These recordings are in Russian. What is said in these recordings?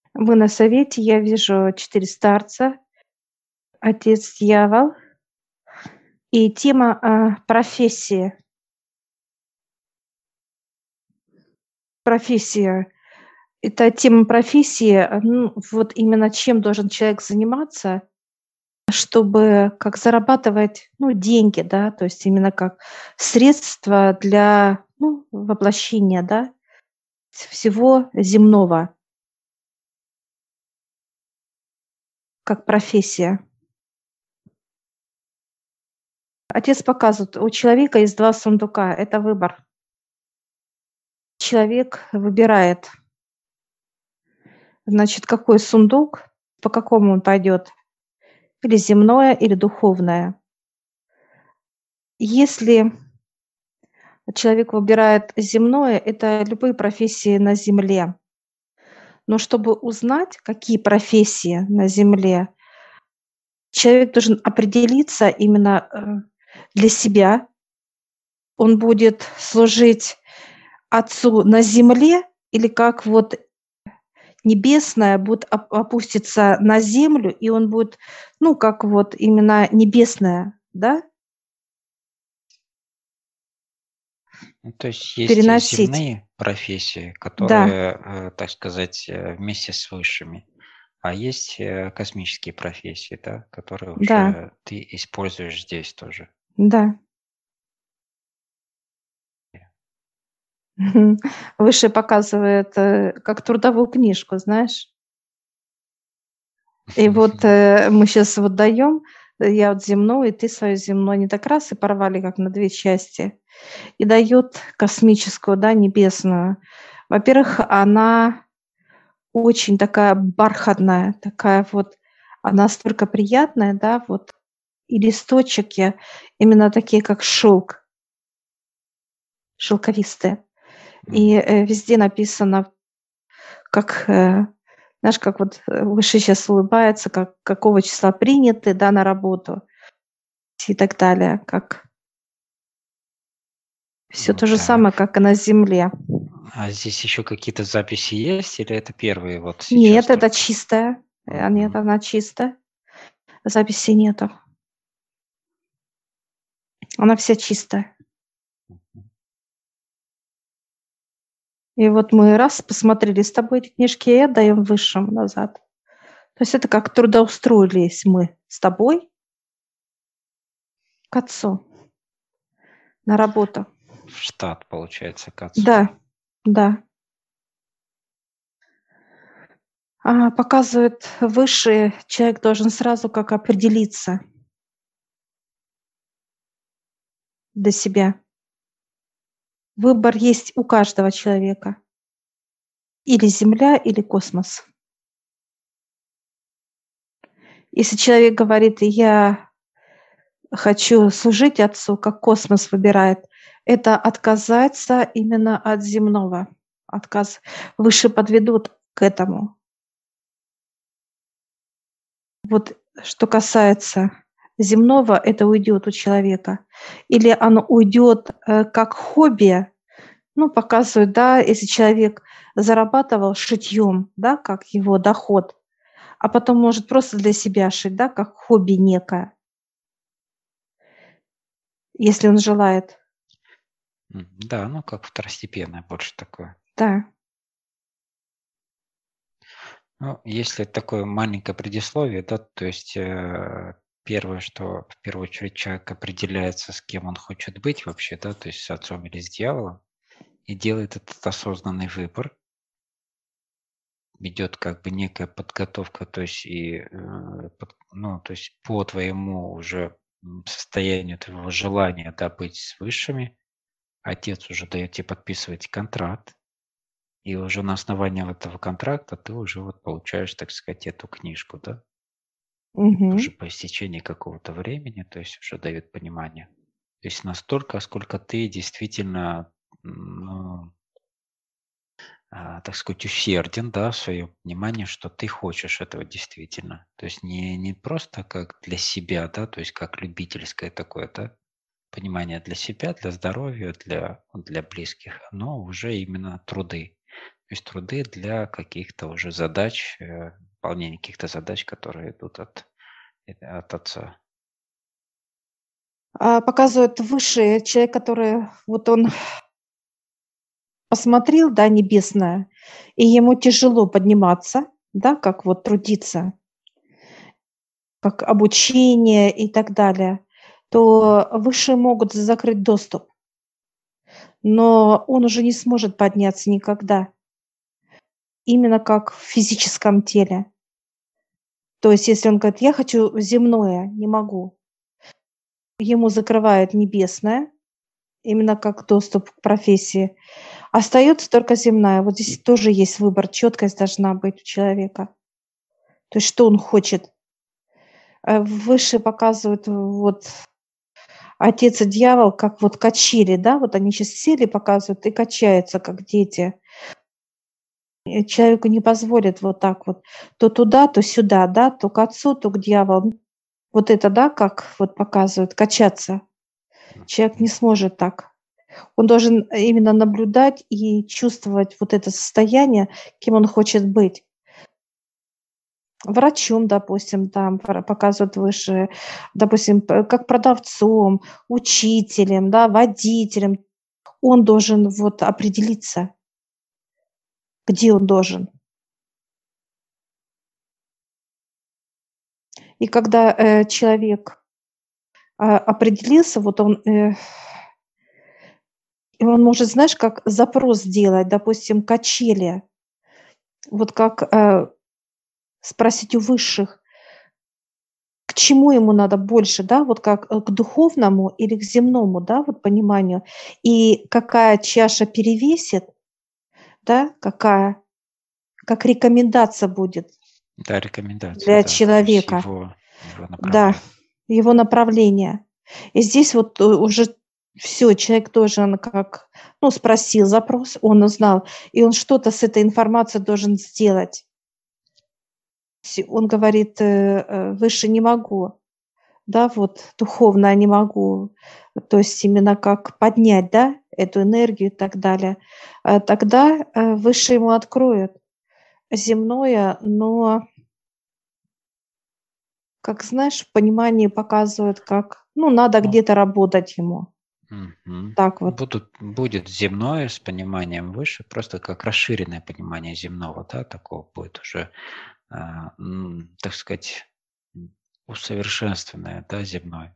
Мы на совете, я вижу 4 старца, отец дьявол и тема, профессии. Профессия. Это тема профессии, ну, вот именно чем должен человек заниматься, чтобы как зарабатывать, ну, деньги, да, то есть именно как средство для, ну, воплощения, да, всего земного, как профессия. Отец показывает, у человека есть 2 сундука — это выбор. Человек выбирает, значит, какой сундук, по какому он пойдет, или земное, или духовное. Если человек выбирает земное — это любые профессии на земле. Но чтобы узнать, какие профессии на земле, человек должен определиться именно, для себя. Он будет служить Отцу на земле или как вот небесное будет опуститься на землю, и он будет, ну, как вот именно небесное, да, Ну, то есть есть переносить. земные профессии, Да, которые, так сказать, вместе с высшими, а есть космические профессии, да, которые да, уже ты используешь здесь тоже. да. Мгм. Выше показывает, как трудовую книжку, знаешь. И вот, мы сейчас вот даем, я вот земное, и ты свое земное. Не так раз и порвали, как на 2 части. И дает космическую, да, небесную. Во-первых, она очень такая бархатная, такая вот, она настолько приятная, да, вот. И листочки именно такие, как шелк, шелковистые. И, Мгм. везде написано, как, знаешь, как вот, Выше щас улыбается, как какого числа приняты, да, на работу и так далее, как все Ну то же так. самое, как и на земле. А здесь еще какие-то записи есть, или это первые вот сейчас Нет, это только? чистая. Нет, Мгм. она чистая. Записей нету. Она вся чистая. И вот мы раз посмотрели с тобой эти книжки и отдаем высшим назад. То есть это как трудоустроились мы с тобой к отцу на работу. В штат, получается, к отцу. Да, да. Показывает высшие, человек должен сразу как определиться для себя. Выбор есть у каждого человека. Или Земля, или космос. Если человек говорит: "Я хочу служить Отцу", как космос выбирает, это отказаться именно от земного. Отказ. Выше подведут к этому. Вот что касается земного, это уйдет у человека. Или оно уйдет, как хобби. Ну, показывают, да, если человек зарабатывал шитьем, да, как его доход, а потом может просто для себя шить, да, как хобби некое, если он желает. Да, ну как второстепенное больше такое. Да. Ну, если такое маленькое предисловие, да, то есть первое, что в первую очередь человек определяется, с кем он хочет быть вообще, да, то есть с отцом или с дьяволом, и делает этот осознанный выбор, идет как бы некая подготовка, то есть ну, то есть по твоему уже состоянию твоего желания, да, быть с высшими, отец уже дает тебе подписывать контракт, и уже на основании этого контракта ты уже вот получаешь, так сказать, эту книжку, да, Мгм. уже по истечении какого-то времени, то есть уже дает понимание. То есть настолько, сколько ты действительно, ну, так сказать, усерден, да, в своем понимании, что ты хочешь этого действительно. То есть не просто как для себя, да, то есть как любительское такое, да, понимание для себя, для здоровья, для близких, но уже именно труды. есть труды для каких-то уже задач, выполнения каких-то задач, которые идут от Отца. Показывает высший человек, который вот он посмотрел, да, небесное, и ему тяжело подниматься, да, как вот трудиться, как обучение и так далее, то высшие могут закрыть доступ, но он уже не сможет подняться никогда, именно как в физическом теле. То есть если он говорит: "Я хочу земное", не могу, ему закрывают небесное, именно как доступ к профессии. Остается только земная. Вот здесь тоже есть выбор, четкость должна быть у человека. То есть что он хочет. Выше показывают вот отец и дьявол, как вот качели, да, вот они сейчас сели, показывают и качаются, как дети. И человеку не позволят вот так вот то туда, то сюда, да, то к отцу, то к дьяволу. Вот это, да, как вот показывают, качаться. Человек не Мгм. сможет так. Он должен именно наблюдать и чувствовать вот это состояние, кем он хочет быть. Врачом, допустим, там показывают выше, допустим, как продавцом, учителем, да, водителем. Он должен вот определиться, где он должен. И когда человек определился, вот и он может, знаешь, как запрос сделать, допустим, качели, вот как спросить у высших, к чему ему надо больше, да, вот как, к духовному или к земному, да, вот пониманию. И какая чаша перевесит, да, какая, как рекомендация будет Да, рекомендации, для да. То есть человека, его да, направление. его направление. И здесь вот уже все человек должен как, ну, спросил запрос, он узнал, и он что-то с этой информацией должен сделать. Он говорит: "Выше не могу". Да, вот духовно не могу, то есть именно как поднять, да, эту энергию и так далее. Тогда, выше ему откроют земное, но, как знаешь, в понимании показывают, как, ну, надо Ну, где-то работать ему. мгм. Так вот. Будет земное с пониманием выше, просто как расширенное понимание земного, да, такого будет уже, так сказать, усовершенствованное, да, земное.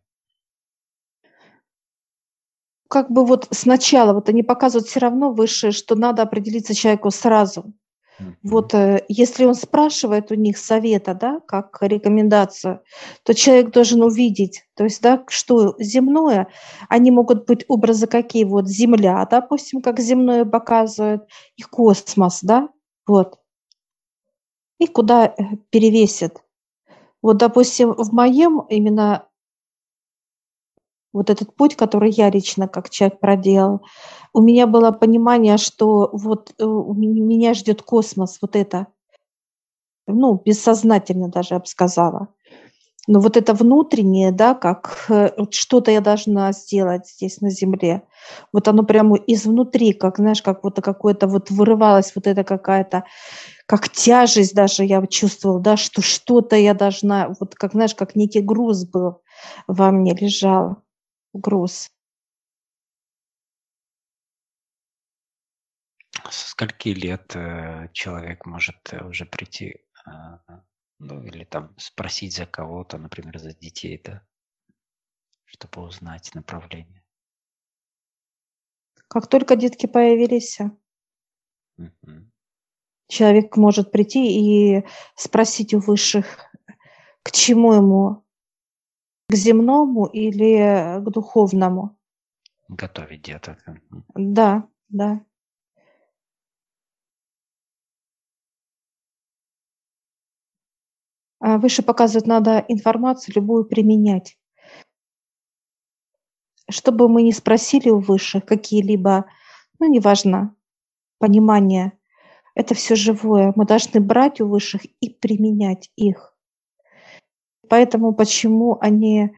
Как бы вот сначала вот они показывают все равно выше, что надо определиться человеку сразу. Мгм. Вот, если он спрашивает у них совета, да, как рекомендацию, то человек должен увидеть, то есть, да, что земное, они могут быть образы какие, вот Земля, допустим, как земное показывают, и космос, да, вот, и куда перевесит. Вот, допустим, в моем именно вот этот путь, который я лично как человек проделал, у меня было понимание, что вот меня ждет космос, вот это, ну, бессознательно даже, я бы сказала. Но вот это внутреннее, да, как, вот что-то я должна сделать здесь на земле. Вот оно прямо изнутри, как, знаешь, как вот какое-то вот вырывалось, вот это какая-то, как тяжесть даже я вот чувствовала, да, что что-то я должна, вот как, знаешь, как некий груз был во мне лежал, груз. Со скольки лет человек может уже прийти, ну или там спросить за кого-то, например, за детей, да, чтобы узнать направление? Как только детки появились, Мгм. человек может прийти и спросить у высших, к чему ему, к земному или к духовному. Готовить деток. Мгм. Да, да. Выше показывают, надо информацию любую применять. Что бы мы ни спросили у высших, какие-либо, ну, неважно, понимания, это все живое. Мы должны брать у высших и применять их. Поэтому почему они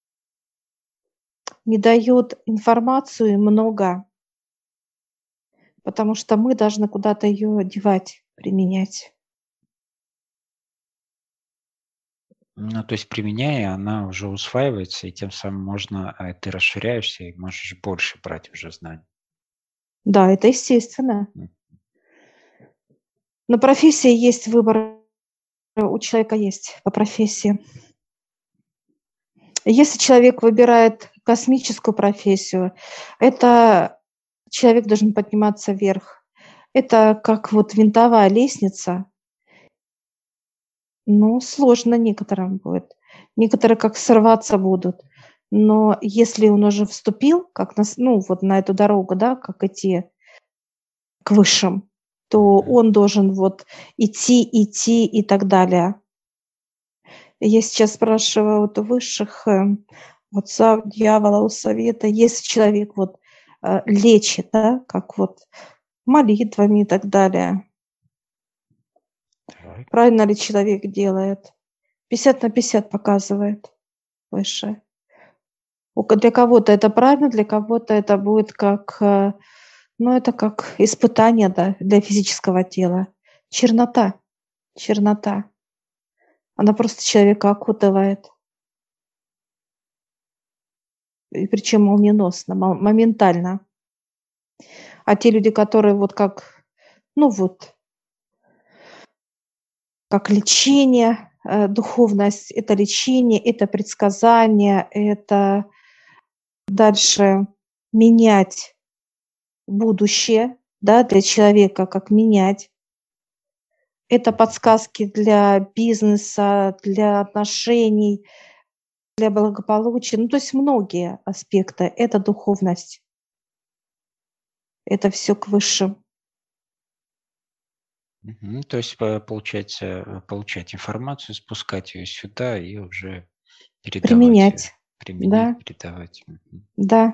не дают информацию много, потому что мы должны куда-то ее девать, применять. Ну, то есть применяя, она уже усваивается, и тем самым ты расширяешься и можешь больше брать уже знаний. Да, это естественно. М. Но профессия есть, выбор у человека есть по профессии. Если человек выбирает космическую профессию, это человек должен подниматься вверх. Это как вот винтовая лестница, но сложно некоторым будет. Некоторые как сорваться будут. Но если он уже вступил, как ну, вот на эту дорогу, да, как идти к высшим, то Мгм. он должен вот идти, идти и так далее. Я сейчас спрашиваю вот у высших, отца, дьявола, у совета, если человек вот лечит, да, как вот молитвами и так далее, Так. правильно ли человек делает? 50/50 показывает выше. Для кого-то это правильно, для кого-то это будет как, ну, это как испытание, да, для физического тела. Чернота, чернота. Она просто человека окутывает, и причем молниеносно, моментально. А те люди, которые вот как, ну вот, как лечение, духовность — это лечение, это предсказание, это дальше менять будущее, да, для человека, как менять. Это подсказки для бизнеса, для отношений, для благополучия. Ну, то есть многие аспекты. Это духовность, это все к высшим. Мгм. То есть, получается, получать информацию, спускать ее сюда и уже передавать ее, Применять. применять, Да, передавать. Мгм. да.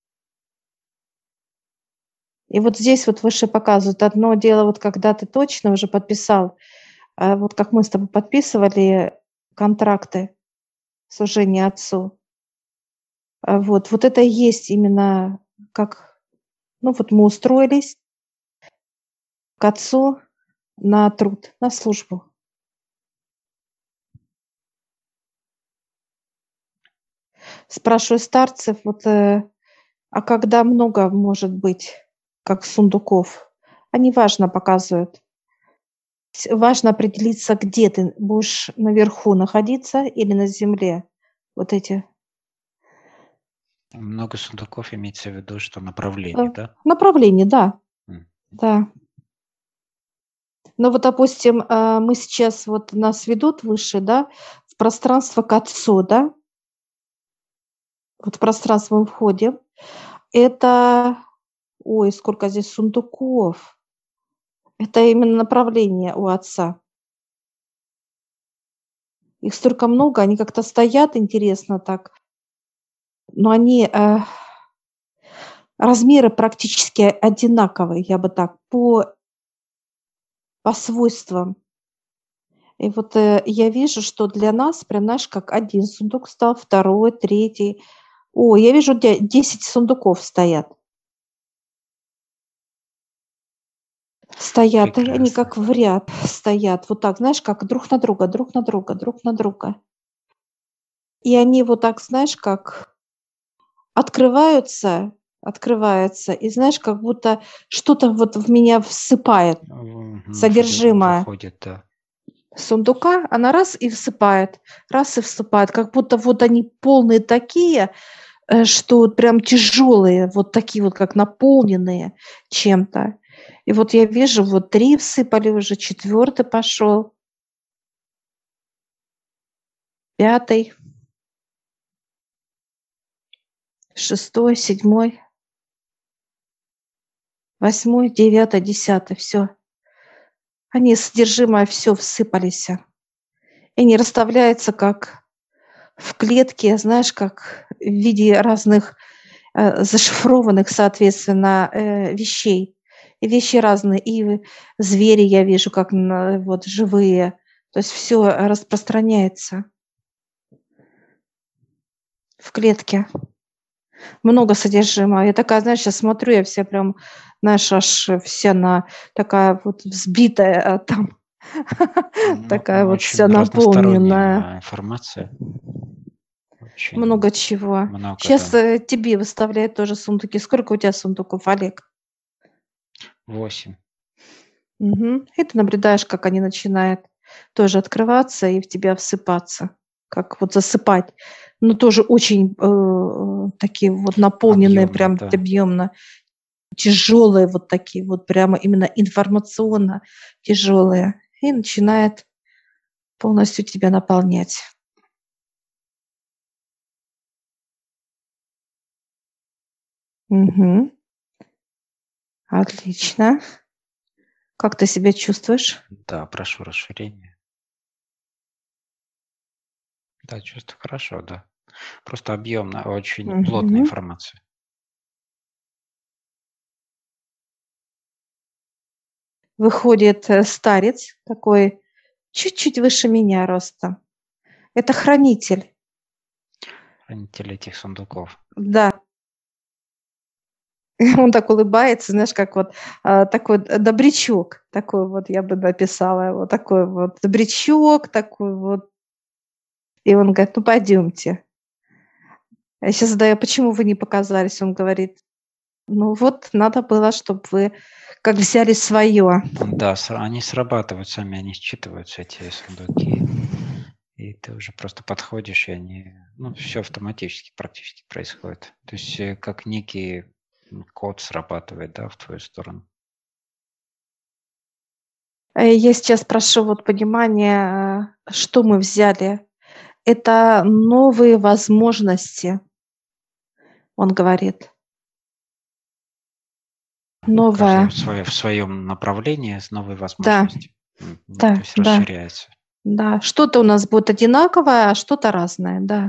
И вот здесь вот выше показывают. Одно дело, вот когда ты точно уже подписал, вот как мы с тобой подписывали контракты служения отцу. Вот это и есть именно как, ну вот мы устроились к отцу на труд, на службу. Спрашиваю старцев, вот, а когда много может быть, как сундуков? Они важно показывают. Важно определиться, где ты будешь наверху находиться или на земле. Вот эти Много сундуков имеется в виду, что э, направление, да? направления, да, М. да. Но вот, допустим, мы сейчас вот нас ведут выше, да, в пространство к Отцу, да, вот в пространство мы входим. Это, ой, сколько здесь сундуков. Это именно направление у Отца. Их столько много, они как-то стоят интересно так, но они, размеры практически одинаковые, я бы так, по свойствам. И вот, я вижу, что для нас прям, знаешь, как один сундук стал, второй, третий. О, я вижу, 10 сундуков стоят. Стоят, и они Прекрасно. как в ряд стоят. Вот так, знаешь, как друг на друга, друг на друга, друг на друга. И они вот так, знаешь, как открываются, и знаешь, как будто что-то вот в меня всыпает, Мгм. содержимое Выходит, да. сундука. Она раз и всыпает, как будто вот они полные такие, что вот прям тяжелые, вот такие вот, как наполненные чем-то. И вот я вижу, вот 3 всыпали уже, четвертый пошел, пятый, шестой, седьмой, восьмой, девятый, десятый. Все, они содержимое все всыпались. И они расставляются как в клетке, знаешь, как в виде разных, зашифрованных, соответственно, вещей. И вещи разные, и звери я вижу, как вот живые. То есть все распространяется в клетке. Много содержимого. Я такая, знаешь, сейчас смотрю, я вся прям, знаешь, аж вся такая вот взбитая, там Ну, такая вот вся очень наполненная. разносторонняя информация. Очень Много чего. много, Сейчас да. тебе выставляют тоже сундуки. Сколько у тебя сундуков, Олег? 8. Мгм. И ты наблюдаешь, как они начинают тоже открываться и в тебя всыпаться, как вот засыпать. Но тоже очень, такие вот наполненные, Объемно, прям да. объемно, тяжелые вот такие вот, прямо именно информационно тяжелые. И начинает полностью тебя наполнять. Мгм. Отлично. Как ты себя чувствуешь? Да, прошу расширения. Да, чувствую хорошо, да. Просто объемно, очень плотная Мгм. информация. Выходит, старец такой, чуть-чуть выше меня ростом. Это хранитель. Хранитель этих сундуков. Да, он так улыбается, знаешь, как вот, такой добрячок. Такой вот я бы написала его, такой вот добрячок, такой вот. И он говорит: "Ну, пойдемте". Я сейчас задаю: "Почему вы не показались?" Он говорит: "Ну вот, надо было, чтобы вы как взяли свое". Да, они срабатывают сами, они считываются, эти сундуки. И ты уже просто подходишь, и они, ну, все автоматически практически происходит. То есть как некий код срабатывает, да, в твою сторону. Я сейчас прошу вот понимания, что мы взяли. Это новые возможности, он говорит. Каждый Новое. в своем направлении с новой Да, возможностью. То да, есть да, расширяется. да. Что-то у нас будет одинаковое, а что-то разное, да.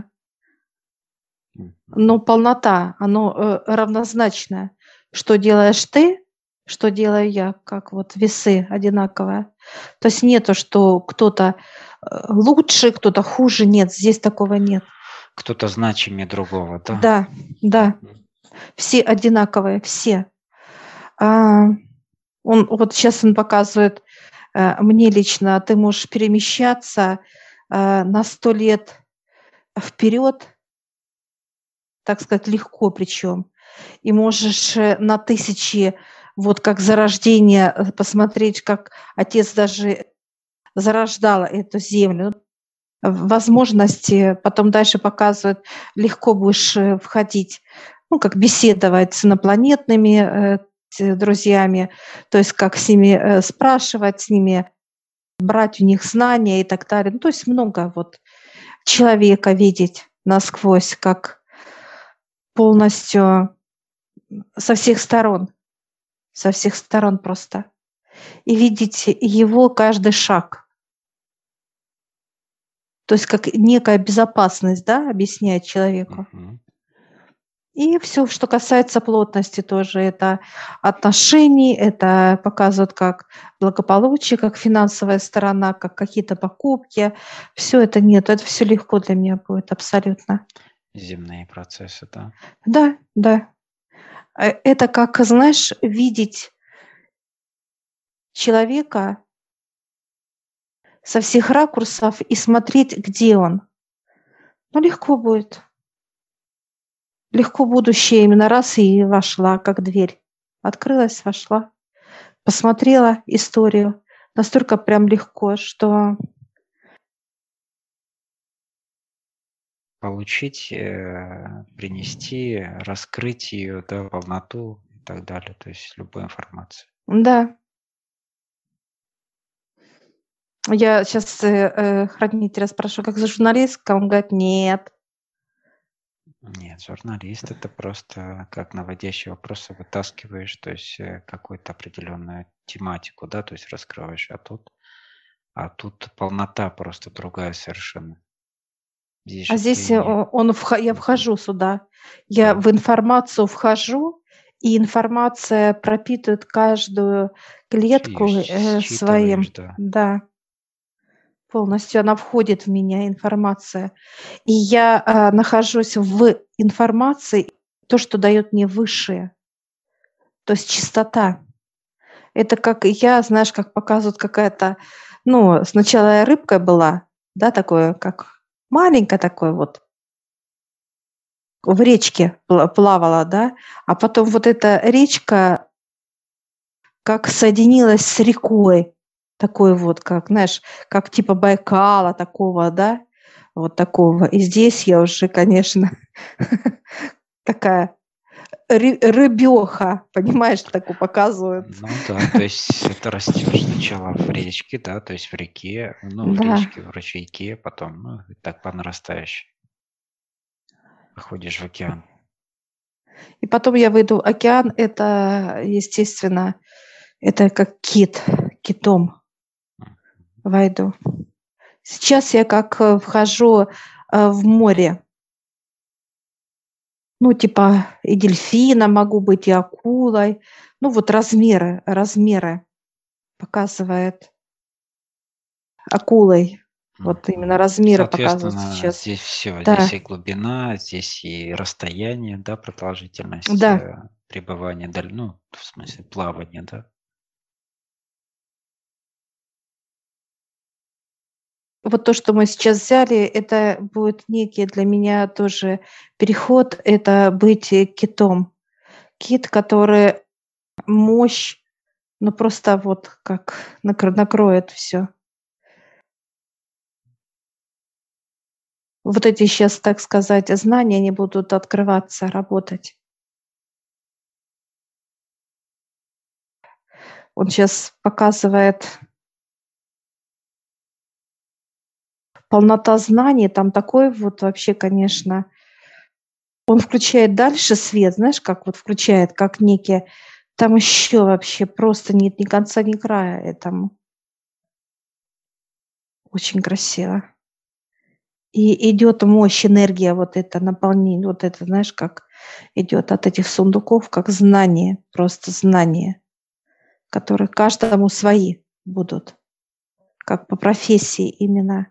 Мгм. Но полнота, оно, равнозначное. Что делаешь ты, что делаю я, как вот весы одинаковые. То есть нету, что кто-то, лучше, кто-то хуже. Нет, здесь такого нет. Кто-то значимее другого, да? Да, да, Мгм. все одинаковые, все. А, он вот сейчас он показывает, мне лично: ты можешь перемещаться, на 100 лет вперед, так сказать, легко причем. И можешь, на тысячи, вот как зарождение, посмотреть, как отец даже зарождал эту землю. Возможности потом дальше показывают, легко будешь, входить, ну, как беседовать с инопланетными, друзьями, то есть как с ними, спрашивать, с ними брать у них знания и так далее. Ну, то есть много вот человека видеть насквозь, как полностью со всех сторон просто. И видеть его каждый шаг. То есть как некая безопасность, да, объясняет человеку. Мгм. И все, что касается плотности тоже, это отношений, это показывает как благополучие, как финансовая сторона, как какие-то покупки. Все это нет, это все легко для меня будет абсолютно. Земные процессы, да. Да, да. Это как, знаешь, видеть человека со всех ракурсов и смотреть, где он. Ну, легко будет. Легко будущее именно раз и вошла, как дверь. Открылась, вошла. Посмотрела историю. Настолько прям легко, что Получить, принести, раскрыть ее, да, полноту и так далее. То есть любой информации. да. Я сейчас, хранителя спрашиваю: "Как за журналистка?" Он говорит: "Нет". Нет, журналист это просто как наводящие вопросы вытаскиваешь, то есть какую-то определенную тематику, да, то есть раскрываешь, а тут полнота просто другая совершенно. Здесь А же ты здесь, не... я Мгм. вхожу сюда. Я Да, в информацию вхожу, и информация пропитывает каждую ее клетку, считываешь, своим. да. Да, полностью она входит в меня, информация. И я, нахожусь в информации, то, что дает мне высшее, то есть чистота. Это как я, знаешь, как показывают какая-то, ну, сначала я рыбкой была, да, такое, как маленькая такое вот, в речке плавала, да, а потом вот эта речка как соединилась с рекой, такой вот, как, знаешь, как типа Байкала такого, да, вот такого. И здесь я уже, конечно, такая рыбеха, понимаешь, такую показывают. Ну да, то есть это растешь сначала в речке, да, то есть в реке, ну, в Да. речке, в ручейке, потом, ну, и так по нарастающей выходишь в океан. И потом я выйду в океан, это, естественно, это как кит, китом М. войду. Сейчас я как вхожу в море. Ну, типа и дельфином могу быть, и акулой. Ну, вот размеры показывает акулой. Вот именно Мгм. размеры показывают Соответственно, сейчас. здесь все, здесь Да, и глубина, здесь и расстояние, да, продолжительность да. пребывания, ну, в смысле плавания, да. Вот то, что мы сейчас взяли, это будет некий для меня тоже переход. Это быть китом. Кит, который мощь, ну, просто вот как накроет все. Вот эти сейчас, так сказать, знания, они будут открываться, работать. Он сейчас показывает полнота знаний, там такой вот вообще, конечно, он включает дальше свет, знаешь, как вот включает, как некий, там еще вообще просто нет ни конца, ни края этому. Очень красиво. И идет мощь, энергия, вот это наполнение, вот это, знаешь, как идет от этих сундуков, как знание, просто знание, которые каждому свои будут, как по профессии именно.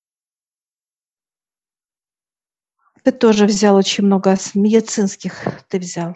Ты тоже взял очень много медицинских, ты взял.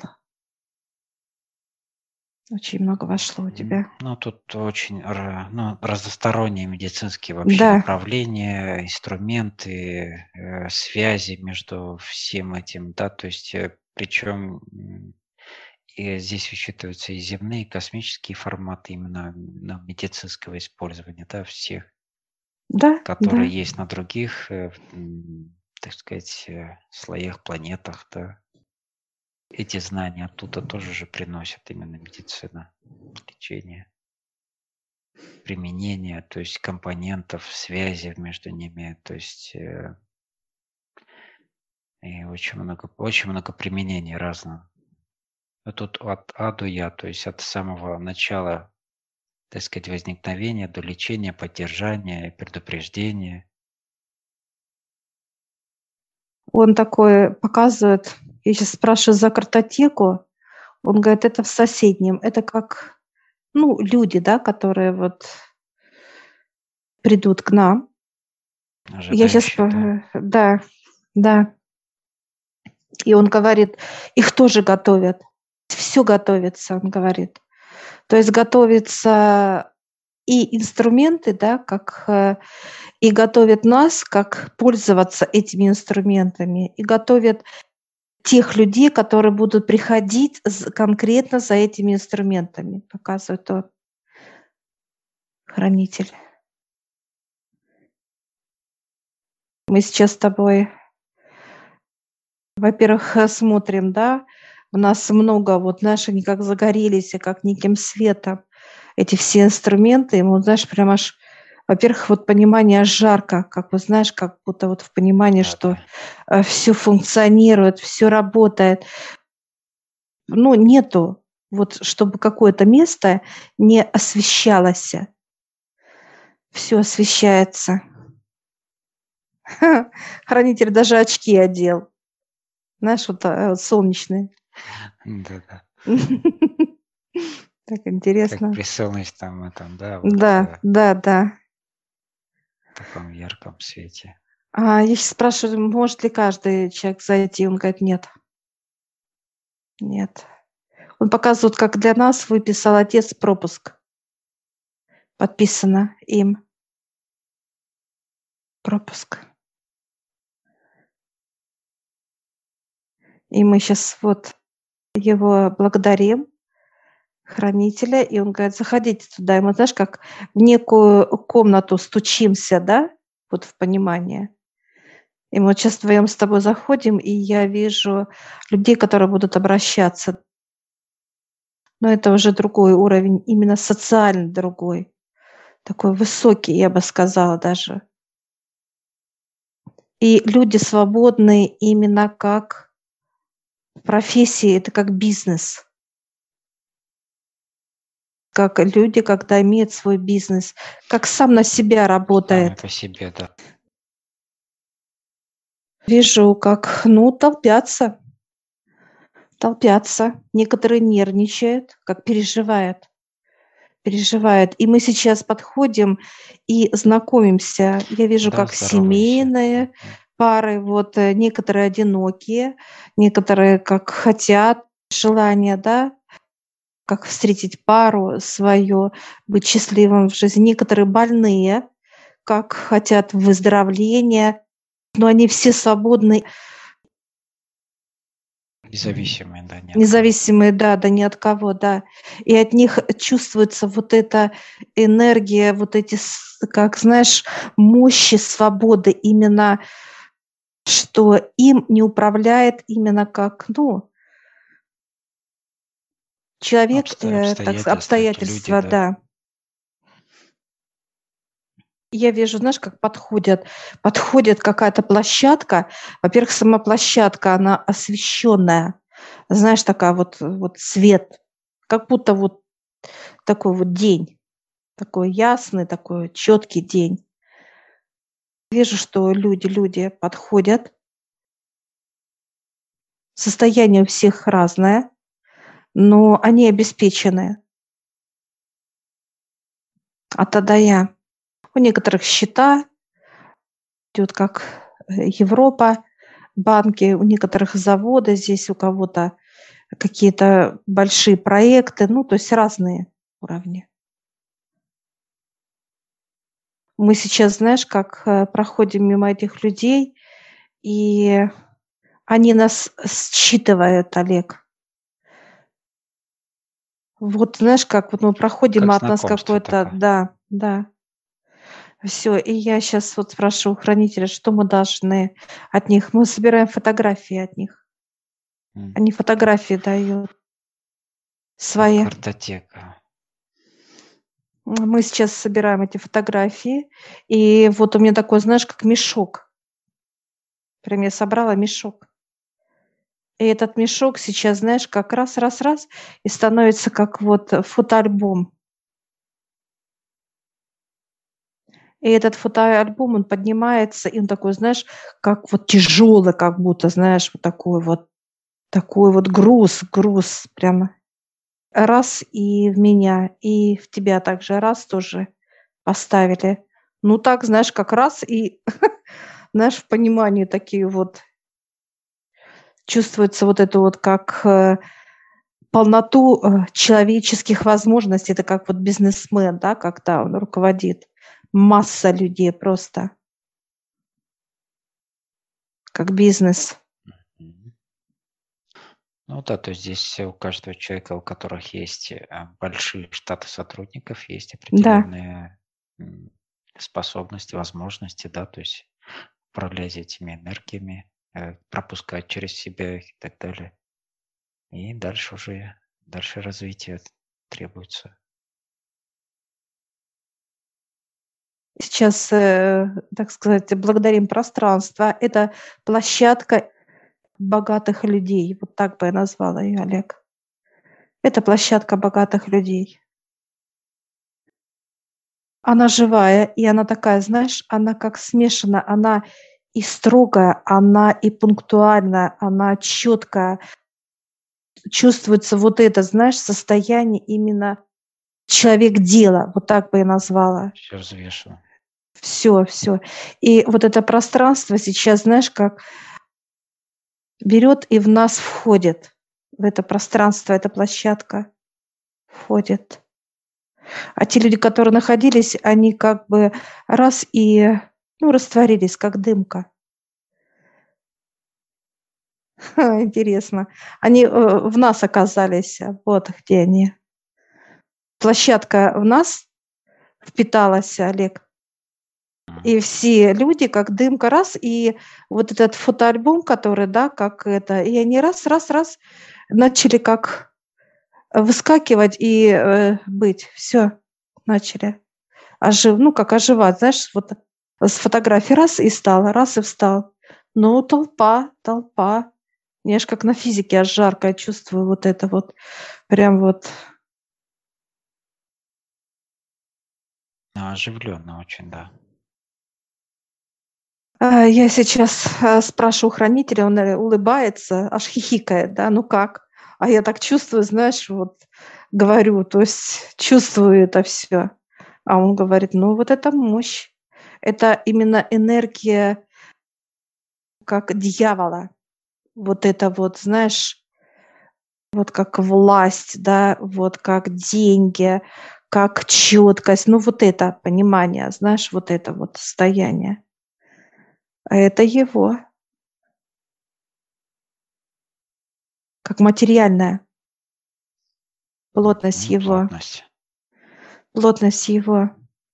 Очень много вошло у тебя. Ну, тут очень ну, разносторонние медицинские вообще Да, направления, инструменты, связи между всем этим, да, то есть причем и здесь учитываются и земные, и космические форматы именно медицинского использования, да, всех, да, да. которые есть на других, так сказать, слоях, планетах, да. Эти знания оттуда тоже же приносят именно медицина, лечение, применение, то есть компонентов, связи между ними, то есть и очень много применений разного. А тут от А до Я, то есть от самого начала, так сказать, возникновения до лечения, поддержания, предупреждения. Он такой показывает, я сейчас спрашиваю за картотеку, он говорит, это в соседнем, это как, ну, люди, да, которые вот придут к нам. Я сейчас, Ожидающие, да. да, да. И он говорит, их тоже готовят. Все готовится, он говорит. То есть готовятся и инструменты, да, как и готовят нас, как пользоваться этими инструментами, и готовят тех людей, которые будут приходить конкретно за этими инструментами, показывает он, хранитель. Мы сейчас с тобой, во-первых, смотрим, да, у нас много, вот, знаешь, они как загорелись, и как неким светом эти все инструменты, и мы, знаешь, прям аж, во-первых, вот понимание жарко, как вот, знаешь, как будто вот в понимании, Да, что да. все функционирует, все работает. Ну, нету, вот чтобы какое-то место не освещалось. Все освещается. Хранитель даже очки одел. Знаешь, вот, солнечные. Да, да. Так Как интересно. при солнечном этом, да, вот Да, да, да. таком ярком свете. Я щас спрашиваю, может ли каждый человек зайти? Он говорит: "Нет". нет. Он показывает, как для нас выписал отец пропуск. Подписано им пропуск. И мы сейчас вот его благодарим, хранителя, и он говорит: заходите туда. И мы, знаешь, как в некую комнату стучимся, да, вот в понимание. И мы вот сейчас вдвоем с тобой заходим, и я вижу людей, которые будут обращаться. Но это уже другой уровень, именно социально другой, такой высокий, я бы сказала даже. И люди свободны именно как в профессии, это как бизнес. Как люди, когда имеют свой бизнес, как сам на себя Сами работает. по себе, да. Вижу, как, толпятся. Некоторые нервничают, как переживают. И мы сейчас подходим и знакомимся. Я вижу, Да, как здороваемся. семейные пары, вот некоторые одинокие, некоторые как хотят, желание, да, как встретить пару свою, быть счастливым в жизни. Некоторые больные, как хотят выздоровления, но они все свободны, Независимые, да, ни от кого. независимые, да, да ни от кого, да. И от них чувствуется вот эта энергия, вот эти, как знаешь, мощи свободы, именно что им не управляет именно как, человек, Обстоятельства, эти люди, обстоятельства, да. да. Я вижу, знаешь, как подходит какая-то площадка. Во-первых, сама площадка, она освещенная. Знаешь, такая вот свет, как будто вот такой вот день, такой ясный, такой четкий день. Вижу, что люди подходят. Состояние у всех разное, но они обеспечены. А тогда у некоторых счета, идет как Европа, банки, у некоторых заводы здесь, у кого-то какие-то большие проекты, то есть разные уровни. Мы сейчас, знаешь, как проходим мимо этих людей, и они нас считывают, Олег. Вот знаешь, как вот мы проходим, Как а от нас знакомство какое-то, такое. да, да. Все. И я сейчас вот спрашиваю у хранителя, что мы должны от них. Мы собираем фотографии от них. М, Они фотографии дают Как свои. картотека. Мы сейчас собираем эти фотографии. И вот у меня такой, знаешь, как мешок. Прям я собрала мешок. И этот мешок сейчас, знаешь, как раз, и становится как вот фотоальбом. И этот фотоальбом, он поднимается, и он такой, знаешь, как вот тяжелый, как будто, знаешь, вот такой вот груз прямо. Раз и в меня, и в тебя также раз тоже поставили. Ну так, знаешь, как раз и, знаешь, в понимании такие вот чувствуется вот это вот как полноту человеческих возможностей. Это как вот бизнесмен, да, когда он руководит. Масса людей просто, как бизнес. Мгм. Ну да, то есть здесь у каждого человека, у которых есть большие штаты сотрудников, есть Да. определенные м, способности, возможности, да, то есть управлять этими энергиями, пропускать через себя их и так далее. И дальше развитие требуется. Сейчас, так сказать, благодарим пространство. Это площадка богатых людей. Вот так бы я назвала ее, Олег. Это площадка богатых людей. Она живая, и она такая, знаешь, она как смешана, она и строгая, она и пунктуальная, она четкая. Чувствуется вот это, знаешь, состояние именно человек дела, вот так бы я назвала. Все взвешено. Все. И вот это пространство сейчас, знаешь, как берет и в нас входит. в это пространство, эта площадка входит. А те люди, которые находились, они как бы раз и, ну, растворились, как дымка. Интересно. Они, в нас оказались, вот где они. Площадка в нас впиталась, Олег, и все люди, как дымка, раз, и вот этот фотоальбом, который, да, как это, и они раз раз раз начали как выскакивать и, быть. Все начали ну, как оживать, знаешь, вот с фотографии раз и встал. Ну, толпа, толпа. Я ж как на физике аж жарко чувствую вот это вот, прям вот. Оживленно очень, да. Я сейчас, спрашиваю хранителя, он, улыбается, аж хихикает, да: "Ну как?" А я так чувствую, знаешь, вот говорю, то есть чувствую это все. А он говорит: "Ну, вот это мощь. Это именно энергия как дьявола. Вот это вот, знаешь, вот как власть, да, вот как деньги, как четкость. Ну, вот это понимание, знаешь, вот это вот состояние. А это его, как материальная плотность его, Плотность. плотность его.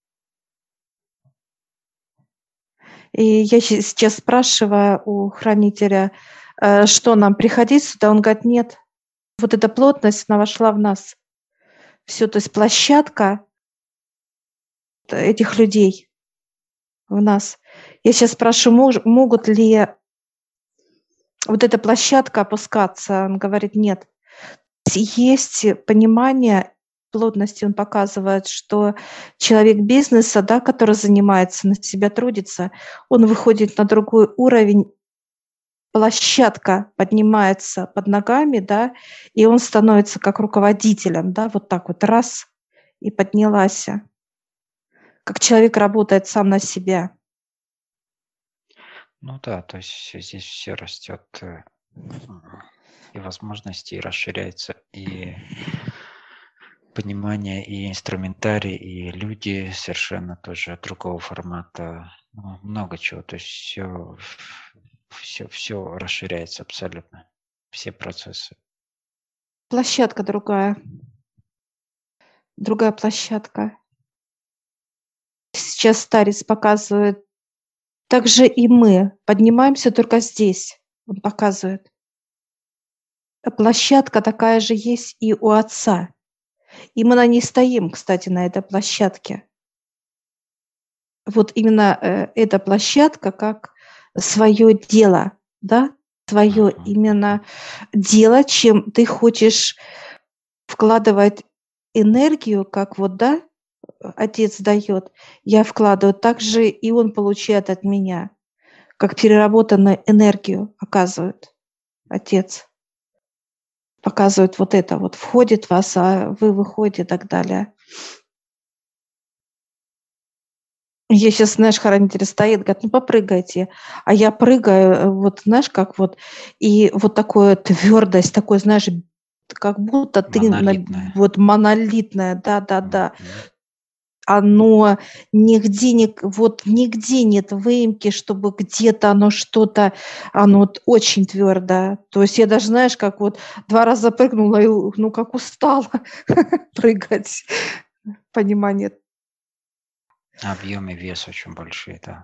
И я сейчас спрашиваю у хранителя, что нам приходить сюда? Он говорит: "Нет, вот эта плотность, она вошла в нас. Все, то есть площадка этих людей в нас". Я сейчас спрашиваю, могут ли вот эта площадка опускаться? Он говорит: "Нет". Есть понимание плотности, он показывает, что человек бизнеса, да, который занимается, на себя трудится, он выходит на другой уровень, площадка поднимается под ногами, да, и он становится как руководителем, да, вот так вот раз и поднялась. Как человек работает сам на себя. Ну да, то есть здесь все растет и возможности, и расширяется, и понимание, и инструментарий, и люди совершенно тоже другого формата. Ну, много чего. То есть все расширяется абсолютно. Все процессы. Площадка другая площадка. Сейчас старец показывает. Также и мы поднимаемся только здесь, он показывает. Площадка такая же есть и у отца. И мы на ней стоим, кстати, на этой площадке. Вот именно, эта площадка как свое дело, да, твое Мгм. именно дело, чем ты хочешь вкладывать энергию, как вот, да, отец дает, я вкладываю, так же и он получает от меня, как переработанную энергию оказывает отец. Показывает вот это вот, входит в вас, а вы выходите и так далее. Я сейчас, знаешь, хранитель стоит, говорит: "Ну, попрыгайте". А я прыгаю, вот знаешь, как вот, и вот такое твердость, такой, знаешь, как будто ты Монолитная. вот монолитная, да-да-да. Мгм. Оно вот нигде нет выемки, чтобы где-то оно что-то, оно вот очень твердое. То есть я даже, знаешь, как вот 2 раза прыгнула и, ну, как устала прыгать. Понимание. Объем и вес очень большие, да.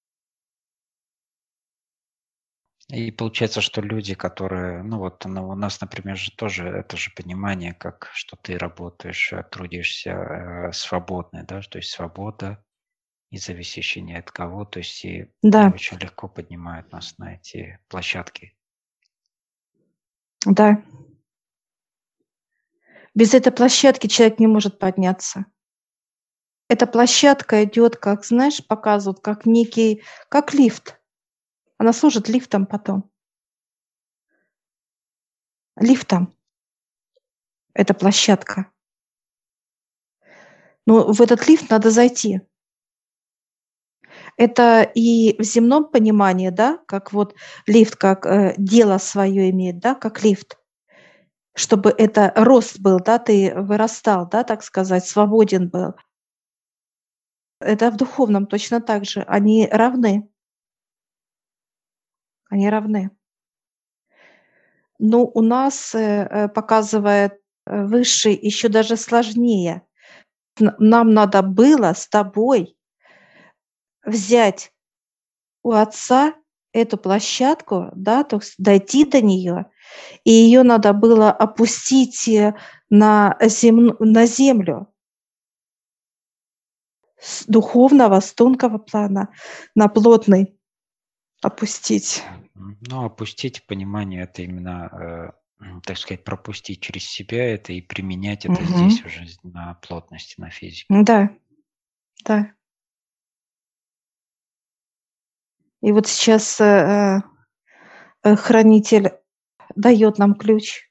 И получается, что люди, которые, ну вот у нас, например, же тоже это же понимание, как что ты работаешь, трудишься свободно, да, то есть свобода и зависящий ни от кого, то есть и Да, очень легко поднимают нас на эти площадки. да. Без этой площадки человек не может подняться. Эта площадка идет, как, знаешь, показывают, как некий, как лифт. Она служит лифтом потом. Лифтом эта площадка. Но в этот лифт надо зайти. Это и в земном понимании, да, как вот лифт, как дело свое имеет, да, как лифт. чтобы это рост был, да, ты вырастал, да, так сказать, свободен был. Это в духовном точно так же. Они равны, они равны. Но у нас, показывает, Высший еще даже сложнее. Нам надо было с тобой взять у отца эту площадку, да, то есть дойти до нее, и ее надо было опустить, на землю с духовного, с тонкого плана на плотный опустить. Ну, опустить понимание — это именно, так сказать, пропустить через себя это и применять это здесь Мгм. уже на плотности, на физике. Да, да. И вот сейчас, хранитель дает нам ключ.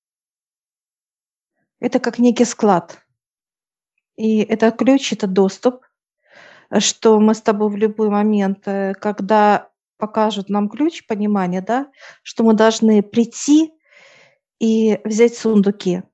Это как некий склад. И это ключ, это доступ, что мы с тобой в любой момент, когда покажут нам ключ, понимание, да, что мы должны прийти и взять сундуки.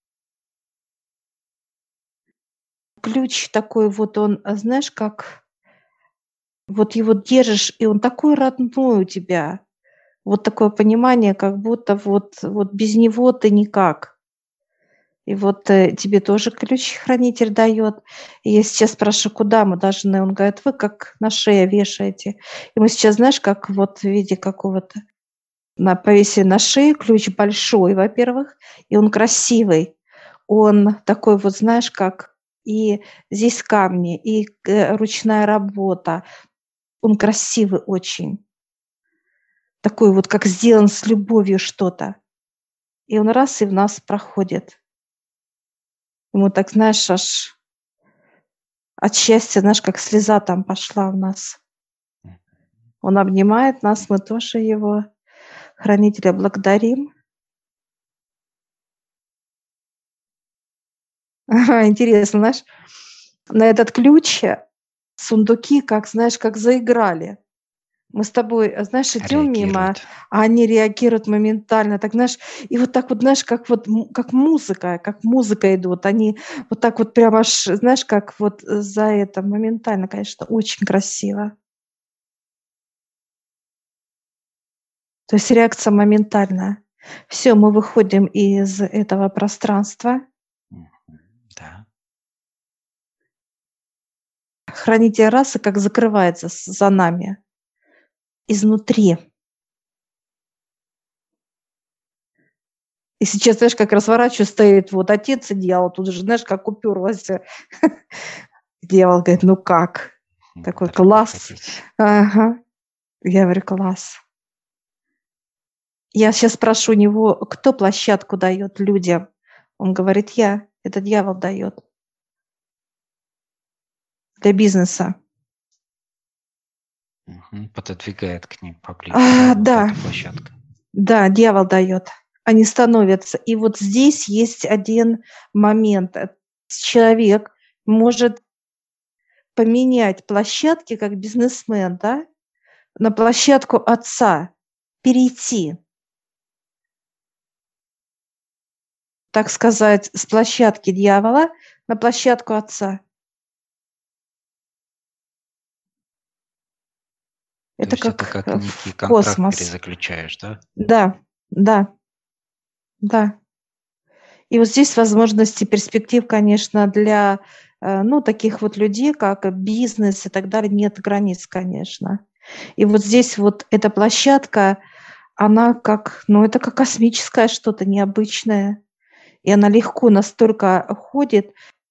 Ключ такой вот он, знаешь, как вот его держишь, и он такой родной у тебя. Вот такое понимание, как будто вот без него ты никак. И вот, тебе тоже ключ-хранитель дает. И я сейчас спрашиваю: "Куда мы должны?" Он говорит: "Вы как на шее вешаете". И мы сейчас, знаешь, как вот в виде какого-то повесили на шею ключ большой, во-первых, и он красивый. Он такой вот, знаешь, как и здесь камни, и ручная работа. Он красивый очень. Такой вот, как сделан с любовью что-то. И он раз и в нас проходит. Ему так, знаешь, аж от счастья, знаешь, как слеза там пошла у нас. Он обнимает нас, мы тоже его, хранителя, благодарим. Интересно, знаешь, на этот ключ, сундуки, как, знаешь, как заиграли. Мы с тобой, знаешь, идем мимо, Реагирует. а они реагируют моментально. Так, знаешь, и вот так вот, знаешь, как музыка идут. Они вот так вот прямо аж, знаешь, как вот за это моментально, конечно, очень красиво. То есть реакция моментальная. Все, мы выходим из этого пространства. Мгм. Да. Хранитель расы как закрывается за нами изнутри. И сейчас, знаешь, как разворачиваю, стоит вот отец и дьявол. Тут же, знаешь, как уперлась. Дьявол говорит: "Ну как?" Такой: Далеко "Класс". ходить. Ага. Я говорю: "Класс". Я сейчас спрошу у него: "Кто площадку дает людям?" Он говорит: "Я". Это дьявол дает для бизнеса. Пододвигает к ним поближе, да, вот Да, эта площадка. да, дьявол дает. Они становятся. И вот здесь есть один момент. Человек может поменять площадки как бизнесмен, да, на площадку отца, перейти, так сказать, с площадки дьявола на площадку отца. То Это есть это как, как некий в контракт космос. перезаключаешь, да? Да, да, да. И вот здесь возможности перспектив, конечно, для, ну, таких вот людей, как бизнес и так далее, нет границ, конечно. И вот здесь вот эта площадка, она как, ну, это как космическое что-то необычное. И она легко настолько ходит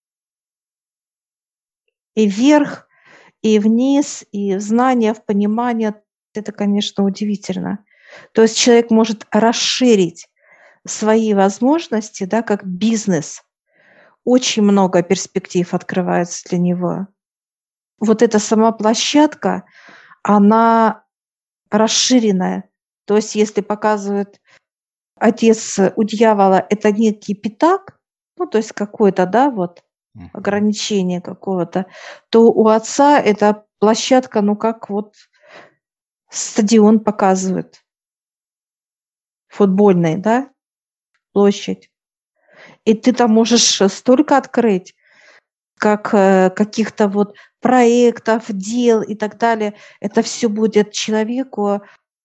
и вверх, и вниз, и в знания, в понимание. Это, конечно, удивительно. То есть человек может расширить свои возможности, да, как бизнес. Очень много перспектив открывается для него. Вот эта сама площадка, она расширенная. То есть если показывает отец у дьявола — это некий пятак, ну, то есть какое-то, да, вот Мгм. ограничение какого-то, то у отца эта площадка, ну, как вот стадион показывает футбольный, да. площадь. И ты там можешь столько открыть, как каких-то вот проектов, дел и так далее. Это все будет человеку,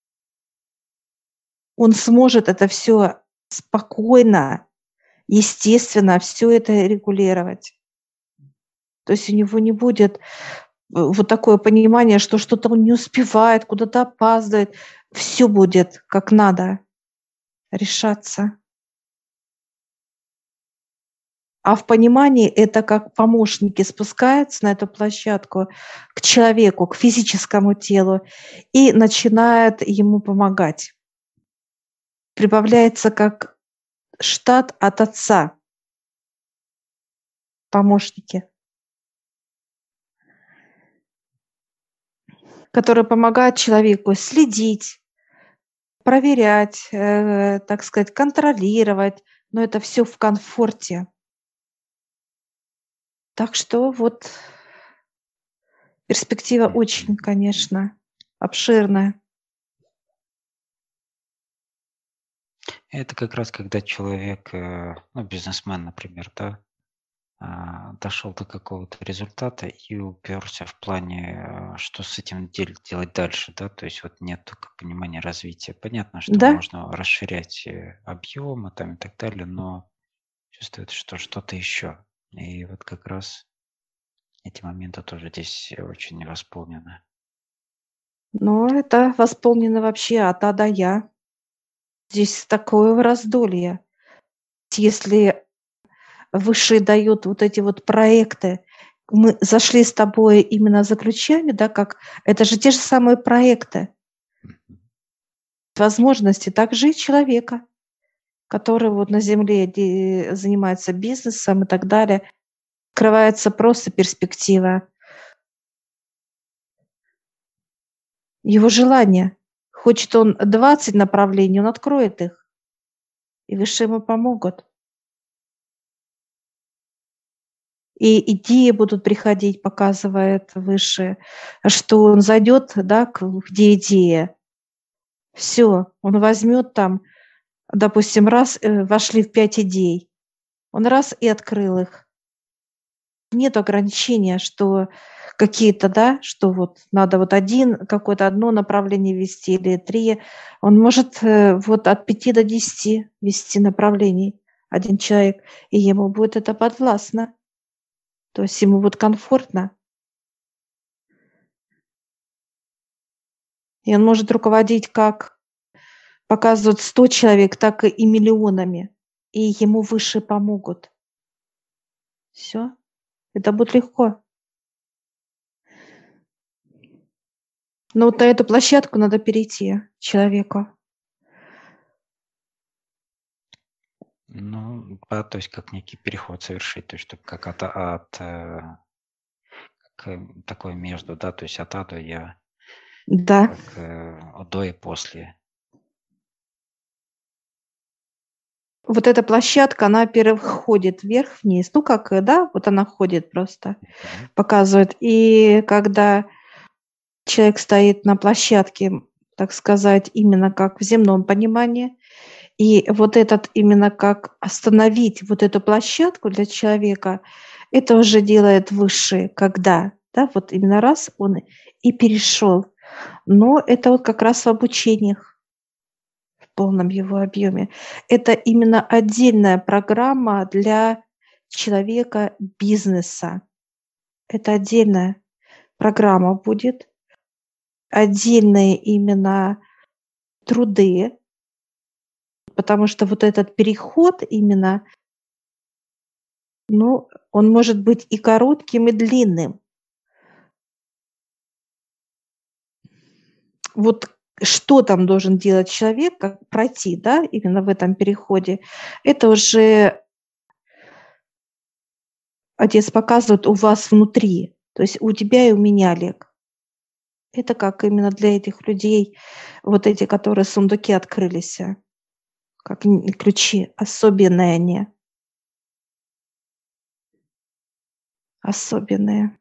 он сможет это все спокойно, естественно, все это регулировать. То есть у него не будет вот такое понимание, что что-то он не успевает, куда-то опаздывает. Все будет как надо решаться. А в понимании это как помощники спускаются на эту площадку к человеку, к физическому телу и начинают ему помогать. Прибавляется как штат от отца, помощники, которые помогают человеку следить, проверять, так сказать, контролировать, но это все в комфорте. Так что вот перспектива очень, Мгм. конечно, обширная. Это как раз когда человек, ну, бизнесмен, например, да, дошел до какого-то результата и уперся в плане, что с этим делать дальше, да, то есть вот нет только понимания развития. Понятно, что Да? можно расширять объемы там и так далее, но чувствует, что что-то еще. И вот как раз эти моменты тоже здесь очень восполнены. Но это восполнено вообще от А до Я. Здесь такое раздолье. Если Высшие дают вот эти вот проекты, мы зашли с тобой именно за ключами, да, как это же те же самые проекты, Мгм. возможности также и человека, который вот на земле занимается бизнесом и так далее. Открывается просто перспектива. Его желание. Хочет он 20 направлений, он откроет их, и выше ему помогут. И идеи будут приходить, показывает выше, что он зайдет, да, где идея. Все, он возьмет там, допустим, раз, вошли в 5 идей, он раз и открыл их. Нет ограничения, что какие-то, да, что вот надо вот какое-то одно направление вести или 3. Он может, вот от 5 до 10 вести направлений один человек, и ему будет это подвластно. То есть ему будет комфортно. И он может руководить как показывают 100 человек, так и миллионами, и ему выше помогут. Все, это будет легко. Но вот на эту площадку надо перейти человеку. Ну, да, то есть как некий переход совершить, то есть чтобы как такое между, да, то есть от А до Я, Да, как до и после. вот эта площадка, она, во-первых, ходит вверх-вниз. Ну, как, да, вот она ходит просто, Мгм. показывает. И когда человек стоит на площадке, так сказать, именно как в земном понимании, и вот этот именно как остановить вот эту площадку для человека, это уже делает Высший, когда, да, вот именно раз он и перешел. Но это вот как раз в обучениях в полном его объеме. Это именно отдельная программа для человека бизнеса. Это отдельная программа будет, отдельные именно труды, потому что вот этот переход именно, ну, он может быть и коротким, и длинным. Вот что там должен делать человек, как пройти, да, именно в этом переходе, это уже Отец показывает у вас внутри, то есть у тебя и у меня, Олег. Это как именно для этих людей, вот эти, которые сундуки открылись, как ключи, особенные они, особенные.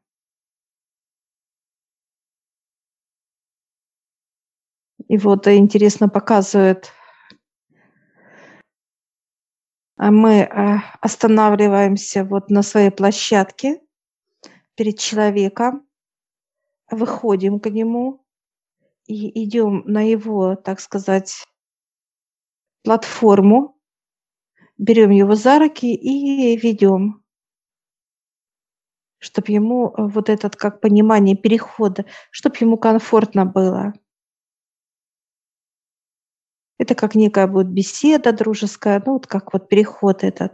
И вот интересно показывает Мы останавливаемся вот на своей площадке перед человеком, выходим к нему и идем на его, так сказать, платформу, берем его за руки и ведем, чтобы ему вот этот как понимание перехода, чтобы ему комфортно было. Это как некая будет беседа дружеская, ну вот как вот переход этот.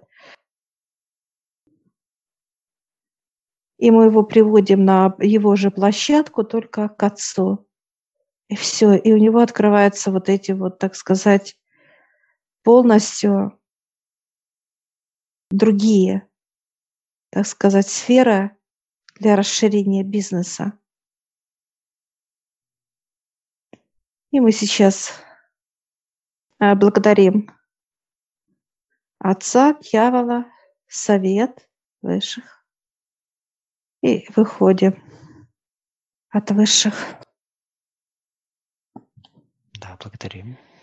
И мы его приводим на его же площадку, только к отцу. И все, и у него открываются вот эти вот, так сказать, полностью другие, так сказать, сферы для расширения бизнеса. И мы сейчас благодарим Отца, Дьявола, Совет Высших и выходим от Высших. Да, благодарим.